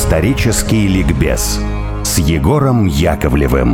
Исторический ликбез с Егором Яковлевым.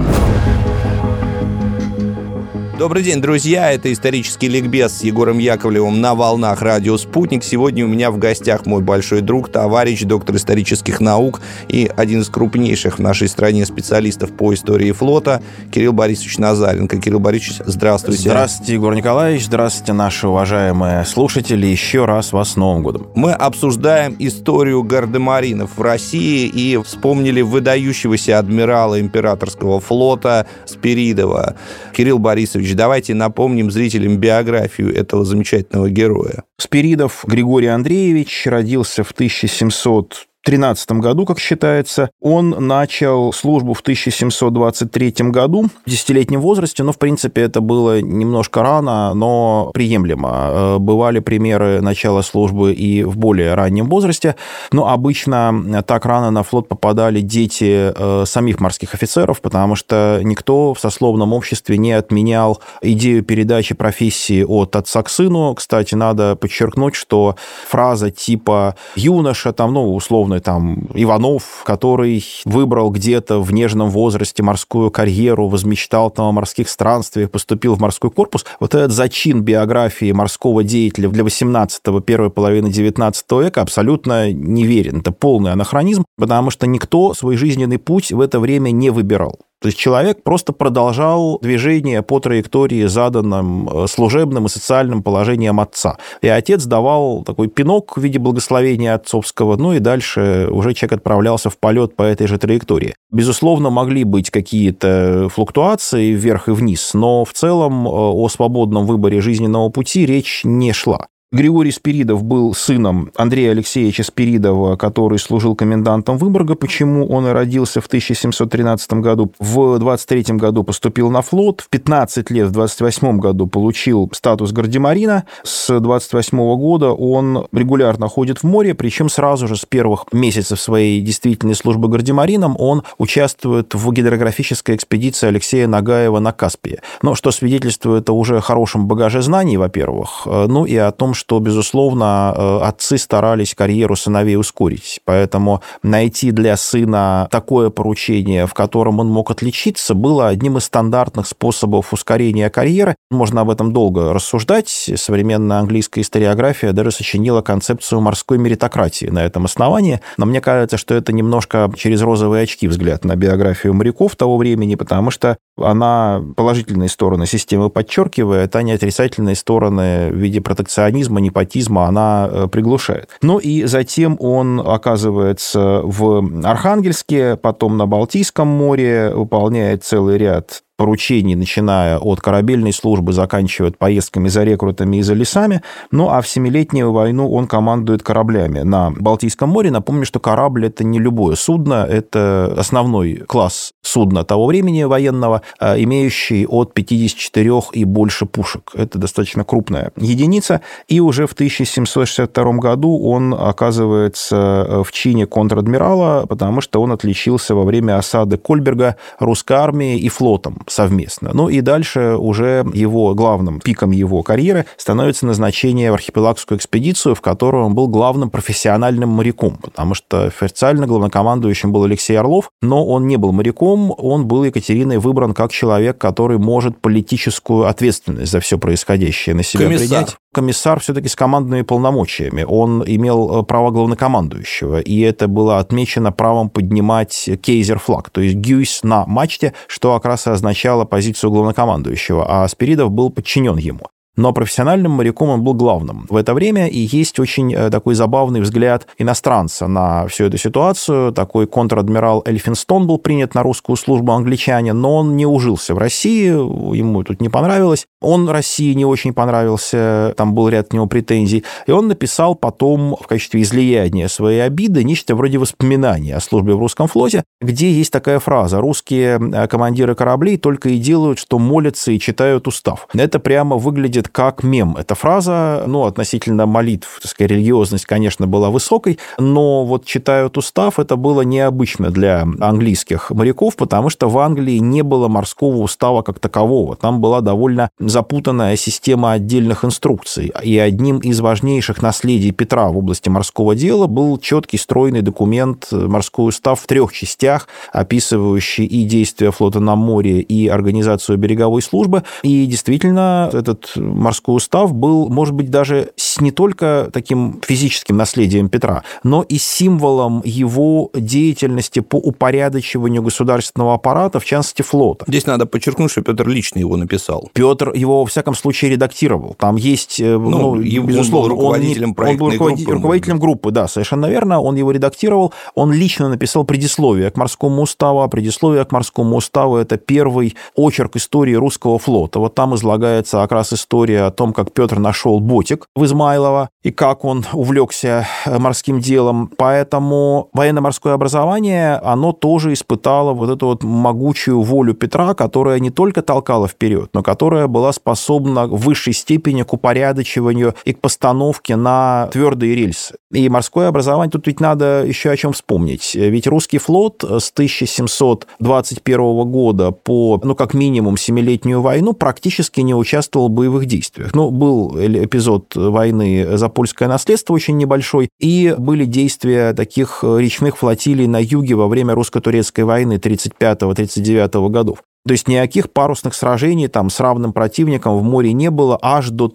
Добрый день, друзья! Это исторический ликбез с Егором Яковлевым на волнах радио «Спутник». Сегодня у меня в гостях мой большой друг, товарищ, доктор исторических наук и один из крупнейших в нашей стране специалистов по истории флота Кирилл Борисович Назаренко. Кирилл Борисович, здравствуйте. Здравствуйте, Егор Николаевич. Здравствуйте, наши уважаемые слушатели. Еще раз вас с Новым годом. Мы обсуждаем историю гардемаринов в России и вспомнили выдающегося адмирала императорского флота Спиридова. Кирилл Борисович, давайте напомним зрителям биографию этого замечательного героя. Спиридов Григорий Андреевич родился в 1713 году, как считается. Он начал службу в 1723 году, в 10-летнем возрасте, но, в принципе, это было немножко рано, но приемлемо. Бывали примеры начала службы и в более раннем возрасте, но обычно так рано на флот попадали дети самих морских офицеров, потому что никто в сословном обществе не отменял идею передачи профессии от отца к сыну. Кстати, надо подчеркнуть, что фраза типа «юноша», условно, Иванов, который выбрал где-то в нежном возрасте морскую карьеру, возмечтал о морских странствиях, поступил в морской корпус. Вот этот зачин биографии морского деятеля для 18-го, первой половины 19 века абсолютно неверен. Это полный анахронизм, потому что никто свой жизненный путь в это время не выбирал. То есть человек просто продолжал движение по траектории, заданным служебным и социальным положением отца. И отец давал такой пинок в виде благословения отцовского, и дальше уже человек отправлялся в полет по этой же траектории. Безусловно, могли быть какие-то флуктуации вверх и вниз, но в целом о свободном выборе жизненного пути речь не шла. Григорий Спиридов был сыном Андрея Алексеевича Спиридова, который служил комендантом Выборга, почему он и родился в 1713 году. В 23 году поступил на флот, в 15 лет, в 28 году получил статус гардемарина. С 28 года он регулярно ходит в море, причем сразу же с первых месяцев своей действительной службы гардемарином он участвует в гидрографической экспедиции Алексея Нагаева на Каспии. Что свидетельствует о уже хорошем багаже знаний, во-первых, и о том, что, безусловно, отцы старались карьеру сыновей ускорить. Поэтому найти для сына такое поручение, в котором он мог отличиться, было одним из стандартных способов ускорения карьеры. Можно об этом долго рассуждать. Современная английская историография даже сочинила концепцию морской меритократии на этом основании. Но мне кажется, что это немножко через розовые очки взгляд на биографию моряков того времени, потому что она положительные стороны системы подчеркивает, а не отрицательные стороны в виде протекционизма, непотизма она приглушает. И затем он оказывается в Архангельске, потом на Балтийском море, выполняет целый ряд поручений, начиная от корабельной службы, заканчивая поездками за рекрутами и за лесами. А в Семилетнюю войну он командует кораблями на Балтийском море. Напомню, что корабль – это не любое судно, это основной класс судна того времени военного, имеющий от 54 и больше пушек. Это достаточно крупная единица. И уже в 1762 году он оказывается в чине контр-адмирала, потому что он отличился во время осады Кольберга русской армией и флотом совместно. И дальше уже главным пиком его карьеры становится назначение в архипелагскую экспедицию, в которой он был главным профессиональным моряком, потому что официально главнокомандующим был Алексей Орлов, но он не был моряком, он был Екатериной выбран как человек, который может политическую ответственность за все происходящее на себя принять. Комиссар все-таки с командными полномочиями. Он имел право главнокомандующего, и это было отмечено правом поднимать кейзер-флаг, то есть гюйс на мачте, что как раз и означало позицию главнокомандующего, а Спиридов был подчинен ему. Но профессиональным моряком он был главным в это время, и есть очень такой забавный взгляд иностранца на всю эту ситуацию. Такой контр-адмирал Эльфинстон был принят на русскую службу, англичанин, но он не ужился в России, ему тут не понравилось. Он России не очень понравился, там был ряд к нему претензий, и он написал потом в качестве излияния своей обиды нечто вроде воспоминаний о службе в русском флоте, где есть такая фраза: «Русские командиры кораблей только и делают, что молятся и читают устав». Это прямо выглядит выглядит как мем. Эта фраза, относительно молитв, религиозность, конечно, была высокой, но вот читают устав, это было необычно для английских моряков, потому что в Англии не было морского устава как такового. Там была довольно запутанная система отдельных инструкций. И одним из важнейших наследий Петра в области морского дела был четкий стройный документ «Морской устав» в 3 частях, описывающий и действия флота на море, и организацию береговой службы. И действительно, этот морской устав был, может быть, даже не только таким физическим наследием Петра, но и символом его деятельности по упорядочиванию государственного аппарата, в частности, флота. Здесь надо подчеркнуть, что Петр лично его написал. Петр его, во всяком случае, редактировал. Там есть, безусловно, он был руководителем проектной группы. Руководителем группы, да, совершенно верно. Он его редактировал. Он лично написал предисловие к Морскому уставу. А предисловие к Морскому уставу – это первый очерк истории русского флота. Вот там излагается как раз история о том, как Петр нашел ботик в Измайлово и как он увлекся морским делом. Поэтому военно-морское образование, оно тоже испытало вот эту вот могучую волю Петра, которая не только толкала вперед, но которая была способна в высшей степени к упорядочиванию и к постановке на твердые рельсы. И морское образование, тут ведь надо еще о чем вспомнить. Ведь русский флот с 1721 года по, как минимум, 7-летнюю войну практически не участвовал в боевых действиях. Был эпизод войны за польское наследство очень небольшой, и были действия таких речных флотилий на юге во время русско-турецкой войны 35-39 годов. То есть никаких парусных сражений там с равным противником в море не было аж до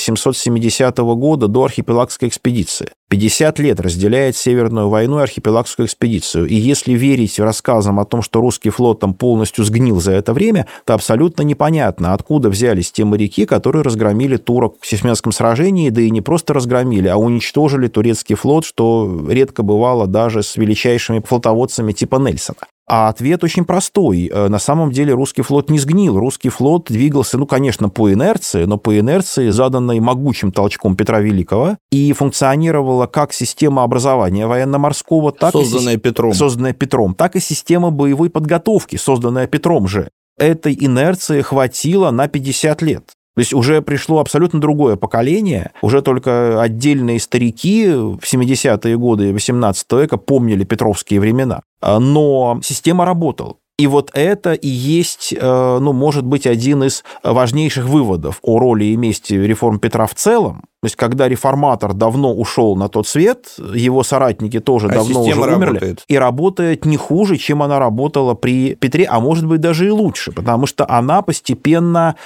1770 года, до архипелагской экспедиции. 50 лет разделяет Северную войну и архипелагскую экспедицию. И если верить рассказам о том, что русский флот там полностью сгнил за это время, то абсолютно непонятно, откуда взялись те моряки, которые разгромили турок в Сесменском сражении, да и не просто разгромили, а уничтожили турецкий флот, что редко бывало даже с величайшими флотоводцами типа Нельсона. А ответ очень простой. На самом деле русский флот не сгнил. Русский флот двигался, конечно, по инерции, но по инерции, заданной могучим толчком Петра Великого, и функционировала как система образования военно-морского, так созданная Петром, так и система боевой подготовки, созданная Петром же. Этой инерции хватило на 50 лет. То есть уже пришло абсолютно другое поколение, уже только отдельные старики в 70-е годы XVIII века помнили петровские времена. Но система работала. И вот это и есть, может быть, один из важнейших выводов о роли и месте реформ Петра в целом. То есть, когда реформатор давно ушел на тот свет, его соратники тоже давно уже умерли, и работает не хуже, чем она работала при Петре, а может быть, даже и лучше, потому что она постепенно,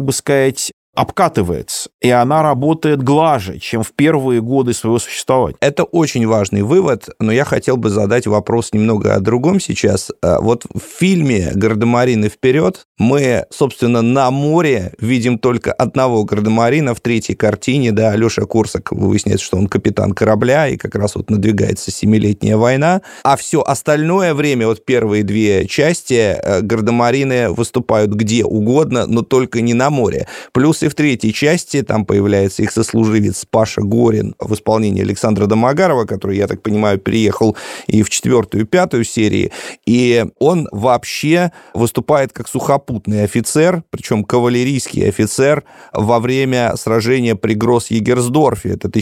обкатывается, и она работает глаже, чем в первые годы своего существования. Это очень важный вывод, но я хотел бы задать вопрос немного о другом сейчас. Вот в фильме «Гардемарины вперед» мы, собственно, на море видим только одного гардемарина в 3-й картине, да, Алеша Корсак выясняется, что он капитан корабля, и как раз вот надвигается 7-летняя война, а все остальное время, вот первые 2 части, гардемарины выступают где угодно, но только не на море. Плюс и в 3-й части там появляется их сослуживец Паша Горин в исполнении Александра Домогарова, который, я так понимаю, переехал и в 4-ю, и 5-ю серии, и он вообще выступает как сухопутный офицер, причем кавалерийский офицер во время сражения при Гросс-Егерсдорфе, это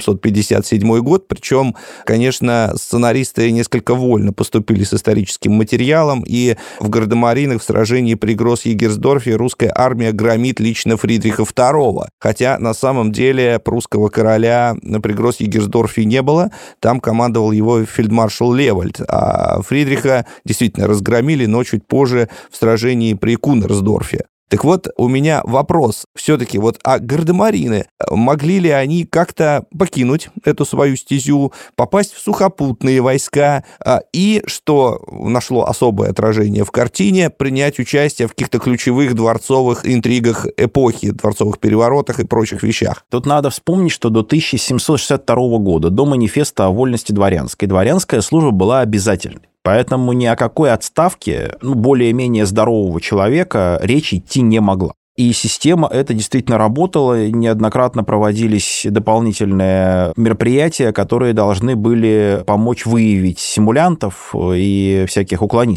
1757 год, причем, конечно, сценаристы несколько вольно поступили с историческим материалом, и в Гардемаринах в сражении при Гросс-Егерсдорфе русская армия громит лично Фридриха II. Хотя на самом деле прусского короля при Гросс-Егерсдорфе не было, там командовал его фельдмаршал Левальд, а Фридриха действительно разгромили, но чуть позже в сражении при Кунерсдорфе. Так вот, у меня вопрос все-таки, а гардемарины, могли ли они как-то покинуть эту свою стезю, попасть в сухопутные войска и, что нашло особое отражение в картине, принять участие в каких-то ключевых дворцовых интригах эпохи, дворцовых переворотах и прочих вещах? Тут надо вспомнить, что до 1762 года, до манифеста о вольности дворянской, дворянская служба была обязательной. Поэтому ни о какой отставке более-менее здорового человека речь идти не могла. И система эта действительно работала, неоднократно проводились дополнительные мероприятия, которые должны были помочь выявить симулянтов и всяких уклонистов.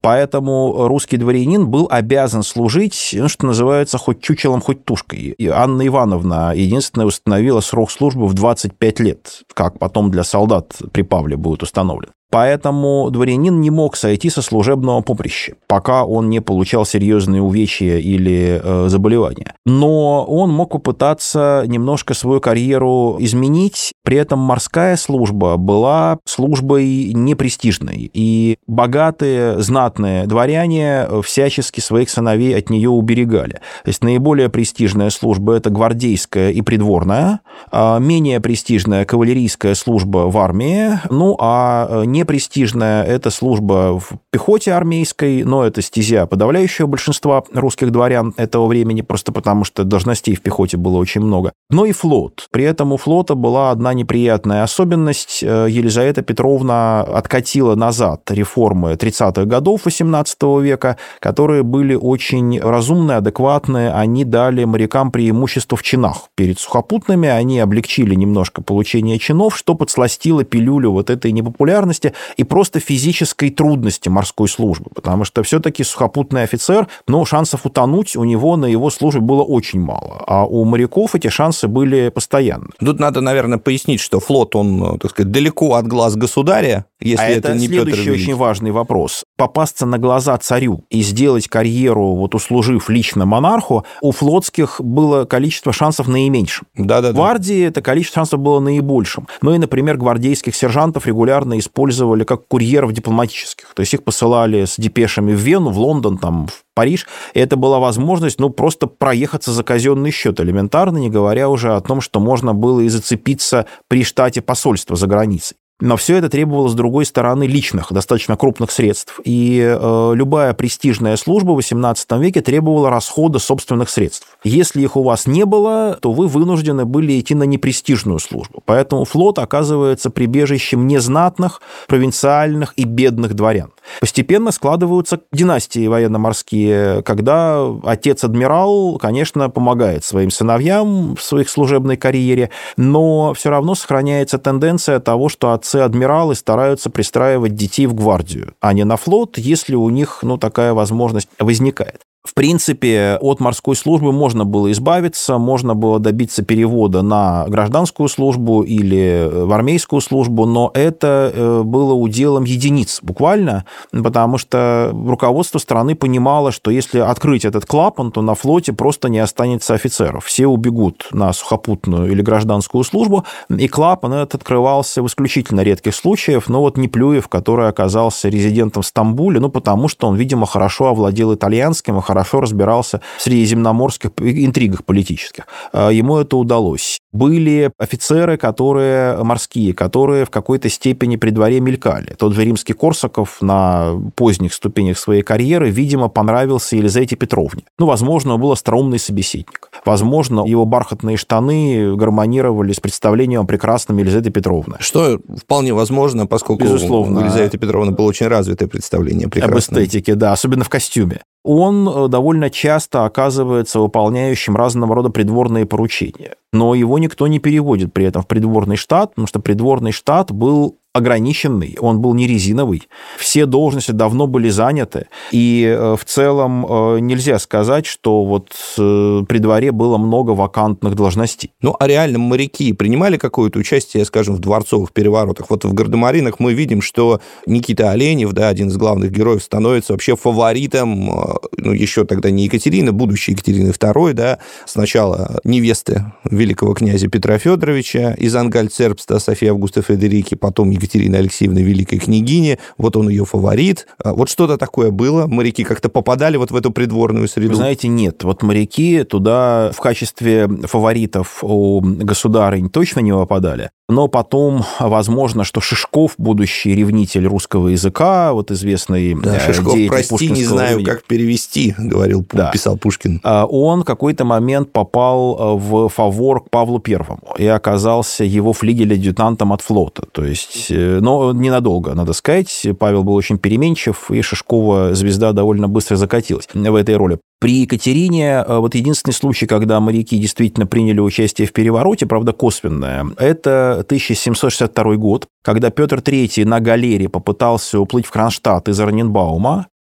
Поэтому русский дворянин был обязан служить, что называется, хоть чучелом, хоть тушкой. И Анна Ивановна единственная установила срок службы в 25 лет, как потом для солдат при Павле будет установлен. Поэтому дворянин не мог сойти со служебного поприща, пока он не получал серьезные увечья или заболевания. Но он мог попытаться немножко свою карьеру изменить, при этом морская служба была службой непрестижной, и богатые, знатные дворяне всячески своих сыновей от нее уберегали. То есть наиболее престижная служба – это гвардейская и придворная, менее престижная кавалерийская служба в армии, ну а непрестижная – это служба в пехоте армейской, но это стезя подавляющего большинства русских дворян этого времени, просто потому что должностей в пехоте было очень много. Но и флот. При этом у флота была одна неприятная особенность. Елизавета Петровна откатила назад реформы 30-х годов XVIII века, которые были очень разумные, адекватные. Они дали морякам преимущество в чинах перед сухопутными, они облегчили немножко получение чинов, что подсластило пилюлю вот этой непопулярности и просто физической трудности морской службы, потому что все-таки сухопутный офицер, шансов утонуть у него на его службе было очень мало, а у моряков эти шансы были постоянны. Тут надо, наверное, пояснить, что флот, он, так сказать, далеко от глаз государя, если это не Петр Великий. Следующий очень важный вопрос. Попасться на глаза царю и сделать карьеру, услужив лично монарху, у флотских было количество шансов наименьшим. Да. В гвардии это количество шансов было наибольшим. И, например, гвардейских сержантов регулярно использовали как курьеров дипломатических. То есть их посылали с депешами в Вену, в Лондон, в Париж. И это была возможность, просто проехаться за казенный счет элементарно, не говоря уже о том, что можно было и зацепиться при штате посольства за границей. Но все это требовало, с другой стороны, личных, достаточно крупных средств. И любая престижная служба в XVIII веке требовала расхода собственных средств. Если их у вас не было, то вы вынуждены были идти на непрестижную службу. Поэтому флот оказывается прибежищем незнатных, провинциальных и бедных дворян. Постепенно складываются династии военно-морские, когда отец-адмирал, конечно, помогает своим сыновьям в своих служебной карьере, но все равно сохраняется тенденция того, что отцы-адмиралы стараются пристраивать детей в гвардию, а не на флот, если у них такая возможность возникает. В принципе, от морской службы можно было избавиться, можно было добиться перевода на гражданскую службу или в армейскую службу, но это было уделом единиц буквально, потому что руководство страны понимало, что если открыть этот клапан, то на флоте просто не останется офицеров. Все убегут на сухопутную или гражданскую службу, и клапан этот открывался в исключительно редких случаях, Неплюев, который оказался резидентом в Стамбуле, потому что он, видимо, хорошо овладел итальянским и хорошо разбирался в средиземноморских интригах политических. Ему это удалось. Были офицеры, морские, которые в какой-то степени при дворе мелькали. Тот же римский Корсаков на поздних ступенях своей карьеры, видимо, понравился Елизавете Петровне. Возможно, он был остроумный собеседник. Возможно, его бархатные штаны гармонировали с представлением о прекрасном Елизаветы Петровны. Что вполне возможно, поскольку безусловно, у Елизаветы Петровны было очень развитое представление об эстетике, да, особенно в костюме. Он довольно часто оказывается выполняющим разного рода придворные поручения. Но его никто не переводит при этом в придворный штат, потому что придворный штат был ограниченный, он был не резиновый. Все должности давно были заняты, и в целом нельзя сказать, что при дворе было много вакантных должностей. А реально моряки принимали какое-то участие, скажем, в дворцовых переворотах? В «Гардемаринах» мы видим, что Никита Оленев, один из главных героев, становится вообще фаворитом, еще тогда не Екатерины, будущей Екатерины II, сначала невесты великого князя Петра Федоровича из Ангальцербста, Софии Августы Фредерики, потом Екатерины Алексеевны, великой княгини, он ее фаворит. Что-то такое было? Моряки как-то попадали в эту придворную среду? Вы знаете, нет. Моряки туда в качестве фаворитов у государынь точно не попадали. Но потом, возможно, что Шишков, будущий ревнитель русского языка, известный Шишков, деятель прости, не знаю, как перевести, писал Пушкин. Он в какой-то момент попал в фавор к Павлу Первому и оказался его флигель-адъютантом от флота. То есть, но ненадолго, надо сказать. Павел был очень переменчив, и Шишкова звезда довольно быстро закатилась в этой роли. При Екатерине единственный случай, когда моряки действительно приняли участие в перевороте, правда, косвенное, это 1762 год, когда Петр III на галере попытался уплыть в Кронштадт из Орненбаума,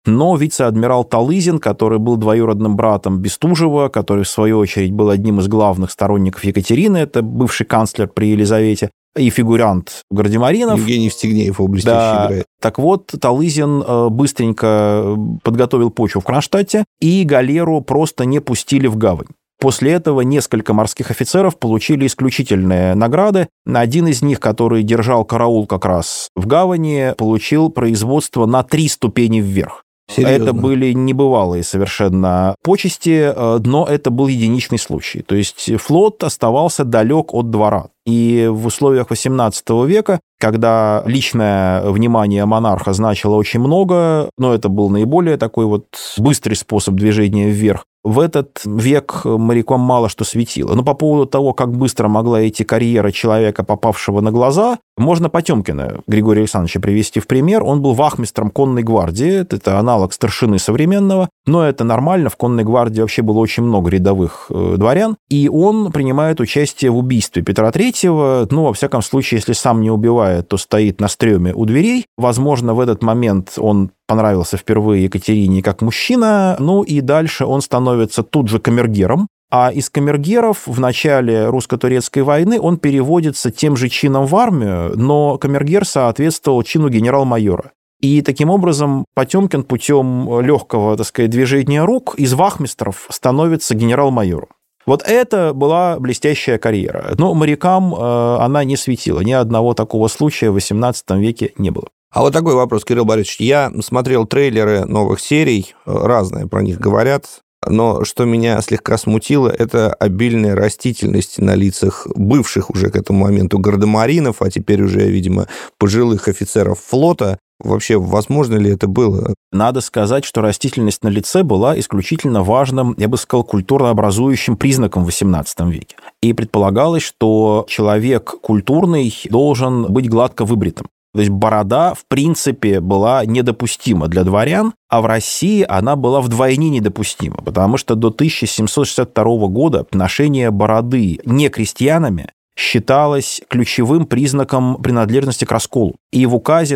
Но вице-адмирал Талызин, который был двоюродным братом Бестужева, который, в свою очередь, был одним из главных сторонников Екатерины, это бывший канцлер при Елизавете, и фигурант Гардемаринов. Евгений Евстигнеев его блестяще играет. Так вот, Талызин быстренько подготовил почву в Кронштадте, и галеру просто не пустили в гавань. После этого несколько морских офицеров получили исключительные награды. Один из них, который держал караул как раз в гавани, получил производство на 3 ступени вверх. Серьезно? Это были небывалые совершенно почести, но это был единичный случай. То есть флот оставался далек от двора. И в условиях XVIII века, когда личное внимание монарха значило очень много, но это был наиболее такой вот быстрый способ движения вверх, в этот век морякам мало что светило. Но по поводу того, как быстро могла идти карьера человека, попавшего на глаза, можно Потемкина Григория Александровича привести в пример. Он был вахмистром конной гвардии, это аналог старшины современного, но это нормально, в конной гвардии вообще было очень много рядовых дворян, и он принимает участие в убийстве Петра III, ну, во всяком случае, если сам не убивает, то стоит на стреме у дверей. Возможно, в этот момент он понравился впервые Екатерине как мужчина, ну и дальше он становится тут же камергером, а из камергеров в начале русско-турецкой войны он переводится тем же чином в армию, но камергер соответствовал чину генерал-майора. И таким образом Потемкин путем легкого, так сказать, движения рук из вахмистров становится генерал-майором. Вот это была блестящая карьера. Но морякам она не светила. Ни одного такого случая в XVIII веке не было. А вот такой вопрос, Кирилл Борисович. Я смотрел трейлеры новых серий, разные про них говорят, но что меня слегка смутило, это обильная растительность на лицах бывших уже к этому моменту гардемаринов, а теперь уже, видимо, пожилых офицеров флота. Вообще, возможно ли это было? Надо сказать, что растительность на лице была исключительно важным, я бы сказал, культурно-образующим признаком в XVIII веке. И предполагалось, что человек культурный должен быть гладко выбритым. То есть борода, в принципе, была недопустима для дворян, а в России она была вдвойне недопустима, потому что до 1762 года ношение бороды не крестьянами считалось ключевым признаком принадлежности к расколу. И в указе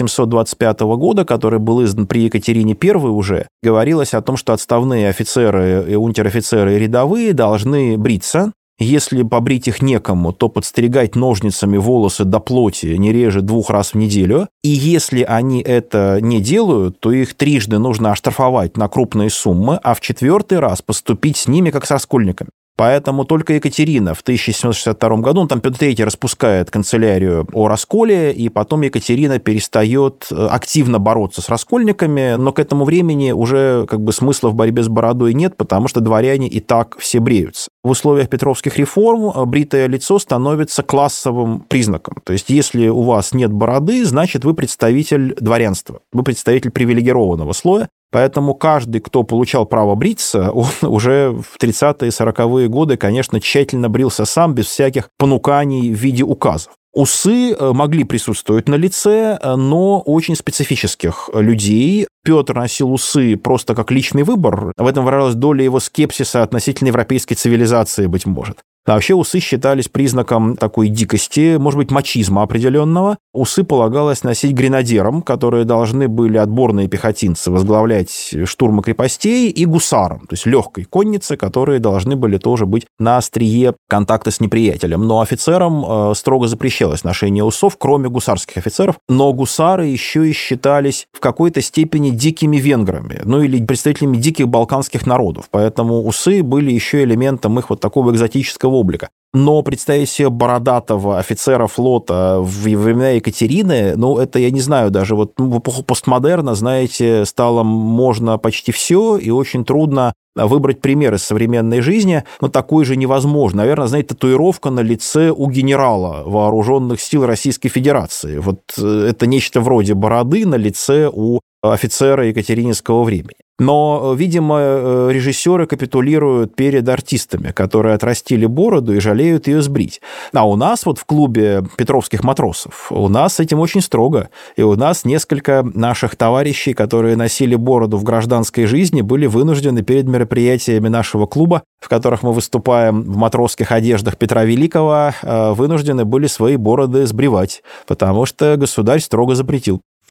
1725 года, который был издан при Екатерине I уже, говорилось о том, что отставные офицеры, и унтер-офицеры и рядовые должны бриться. Если побрить их некому, то подстригать ножницами волосы до плоти не реже 2 раз в неделю. И если они это не делают, то их трижды нужно оштрафовать на крупные суммы, а в 4-й раз поступить с ними как с раскольниками. Поэтому только Екатерина в 1762 году, там Петр III распускает канцелярию о расколе, и потом Екатерина перестает активно бороться с раскольниками, но к этому времени уже как бы смысла в борьбе с бородой нет, потому что дворяне и так все бреются. В условиях петровских реформ бритое лицо становится классовым признаком. То есть если у вас нет бороды, значит вы представитель дворянства, вы представитель привилегированного слоя. Поэтому каждый, кто получал право бриться, он уже в 30-е и 40-е годы, конечно, тщательно брился сам, без всяких понуканий в виде указов. Усы могли присутствовать на лице, но очень специфических людей. Петр носил усы просто как личный выбор. В этом выражалась доля его скепсиса относительно европейской цивилизации, быть может. А вообще усы считались признаком такой дикости, может быть, мачизма определенного. Усы полагалось носить гренадерам, которые должны были отборные пехотинцы возглавлять штурмы крепостей, и гусарам, то есть легкой коннице, которые должны были тоже быть на острие контакта с неприятелем. Но офицерам строго запрещалось ношение усов, кроме гусарских офицеров. Но гусары еще и считались в какой-то степени дикими венграми, ну или представителями диких балканских народов. Поэтому усы были еще элементом их вот такого экзотического облика. Но представить себе бородатого офицера флота в времена Екатерины, ну, это, я не знаю, даже вот в эпоху постмодерна, знаете, стало можно почти все, и очень трудно выбрать пример из современной жизни, но такой же невозможно. Наверное, знаете, татуировка на лице у генерала вооруженных сил Российской Федерации. Вот это нечто вроде бороды на лице у офицера екатерининского времени. Но, видимо, режиссеры капитулируют перед артистами, которые отрастили бороду и жалеют ее сбрить. А у нас вот в клубе петровских матросов, у нас с этим очень строго. И у нас несколько наших товарищей, которые носили бороду в гражданской жизни, были вынуждены перед мероприятиями нашего клуба, в которых мы выступаем в матросских одеждах Петра Великого, вынуждены были свои бороды сбривать, потому что государь строго запретил.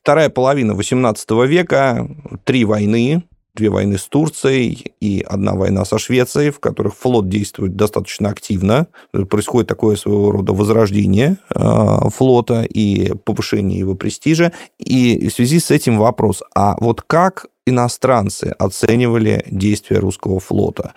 Вторая половина XVIII века, 3 войны, 2 войны с Турцией и 1 война со Швецией, в которых флот действует достаточно активно. Происходит такое своего рода возрождение флота и повышение его престижа. И в связи с этим вопрос, а вот как иностранцы оценивали действия русского флота?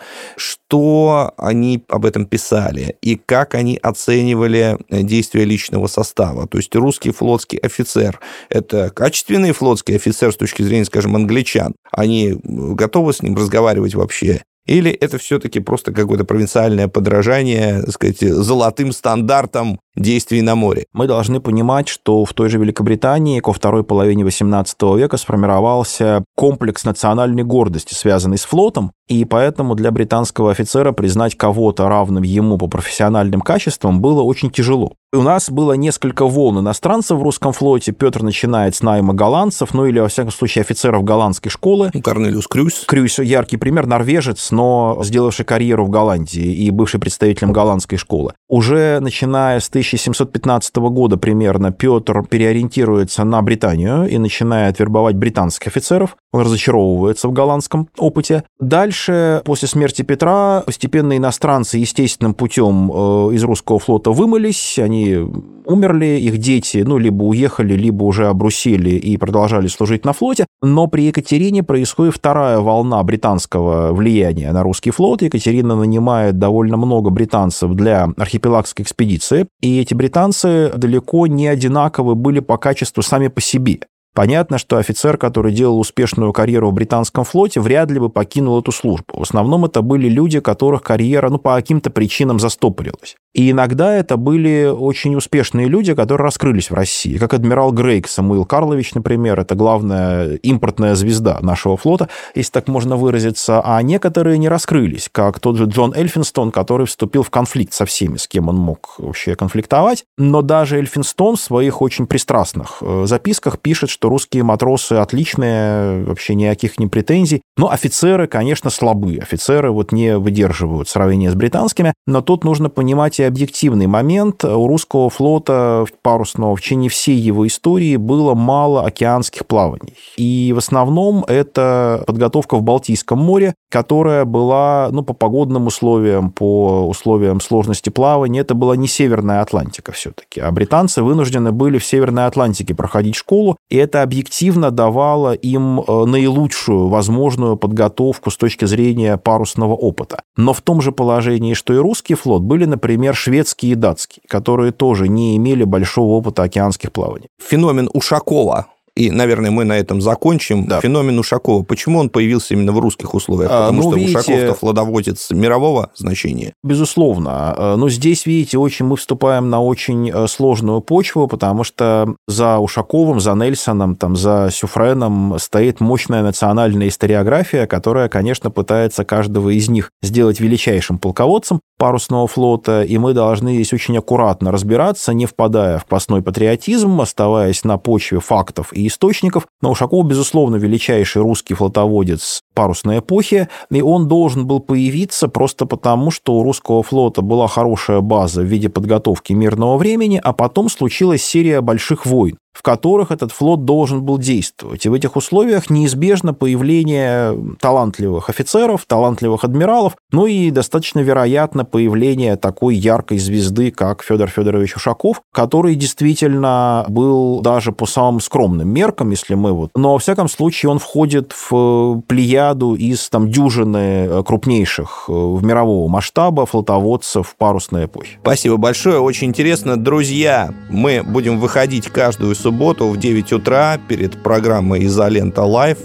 Что они об этом писали? И как они оценивали действия личного состава? То есть русский флотский офицер – это качественный флотский офицер с точки зрения, скажем, англичан. Они готовы с ним разговаривать вообще? Или это все-таки просто какое-то провинциальное подражание, так сказать, золотым стандартам действий на море? Мы должны понимать, что в той же Великобритании ко второй половине XVIII века сформировался комплекс национальной гордости, связанный с флотом, и поэтому для британского офицера признать кого-то равным ему по профессиональным качествам было очень тяжело. У нас было несколько волн иностранцев в русском флоте. Петр начинает с найма голландцев, ну или, во всяком случае, офицеров голландской школы. Корнелиус Крюйс. Крюйс – яркий пример, норвежец, но сделавший карьеру в Голландии и бывший представителем голландской школы. Уже начиная с 1715 года примерно Петр переориентируется на Британию и начинает вербовать британских офицеров. Он разочаровывается в голландском опыте. Дальше, после смерти Петра, постепенно иностранцы естественным путем из русского флота вымылись, они умерли, их дети, либо уехали, либо уже обрусели и продолжали служить на флоте. Но при Екатерине происходит вторая волна британского влияния на русский флот. Екатерина нанимает довольно много британцев для архипелагской экспедиции, и эти британцы далеко не одинаковы были по качеству сами по себе. Понятно, что офицер, который делал успешную карьеру в британском флоте, вряд ли бы покинул эту службу. В основном это были люди, которых карьера, по каким-то причинам застопорилась. И иногда это были очень успешные люди, которые раскрылись в России, как адмирал Грейк Самуил Карлович, например, это главная импортная звезда нашего флота, если так можно выразиться, а некоторые не раскрылись, как тот же Джон Эльфинстон, который вступил в конфликт со всеми, с кем он мог вообще конфликтовать. Но даже Эльфинстон в своих очень пристрастных записках пишет, что русские матросы отличные, вообще никаких не претензий, но офицеры, конечно, слабые. Офицеры не выдерживают сравнения с британскими, но тут нужно понимать и объективный момент. У русского флота парусного в течение всей его истории было мало океанских плаваний. И в основном это подготовка в Балтийском море, которая была, по погодным условиям, по условиям сложности плавания, это была не Северная Атлантика все-таки, а британцы вынуждены были в Северной Атлантике проходить школу, и это объективно давало им наилучшую возможную подготовку с точки зрения парусного опыта. Но в том же положении, что и русский флот, были, например, шведский и датский, которые тоже не имели большого опыта океанских плаваний. Феномен Ушакова. И, наверное, мы на этом закончим. Да. Феномен Ушакова. Почему он появился именно в русских условиях? Потому что видите, Ушаков-то флотоводец мирового значения. Безусловно. Но здесь, видите, мы вступаем на очень сложную почву, потому что за Ушаковым, за Нельсоном, за Сюфреном стоит мощная национальная историография, которая, конечно, пытается каждого из них сделать величайшим полководцем парусного флота, и мы должны здесь очень аккуратно разбираться, не впадая в квасной патриотизм, оставаясь на почве фактов и источников. Но Ушаков, безусловно, величайший русский флотоводец парусной эпохи, и он должен был появиться просто потому, что у русского флота была хорошая база в виде подготовки мирного времени, а потом случилась серия больших войн, в которых этот флот должен был действовать. И в этих условиях неизбежно появление талантливых офицеров, талантливых адмиралов, и достаточно вероятно появление такой яркой звезды, как Федор Федорович Ушаков, который действительно был даже по самым скромным меркам, если мы но во всяком случае он входит в плеяду из дюжины крупнейших в мирового масштаба флотоводцев парусной эпохи. Спасибо большое, очень интересно. Друзья, мы будем выходить каждую субботу в 9 утра перед программой «Изолента Лайв»,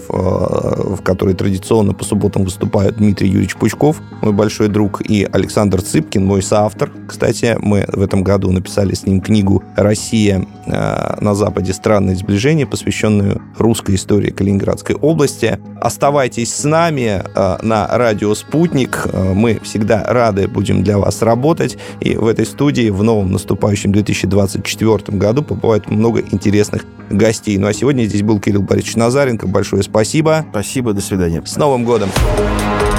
в которой традиционно по субботам выступают Дмитрий Юрьевич Пучков, мой большой друг, и Александр Цыпкин, мой соавтор. Кстати, мы в этом году написали с ним книгу «Россия на Западе. Странные сближения», посвященную русской истории Калининградской области. Оставайтесь с нами на радио «Спутник». Мы всегда рады будем для вас работать. И в этой студии в новом наступающем 2024 году побывает много интересных гостей. А сегодня здесь был Кирилл Борисович Назаренко. Большое спасибо. Спасибо, до свидания. С Новым годом!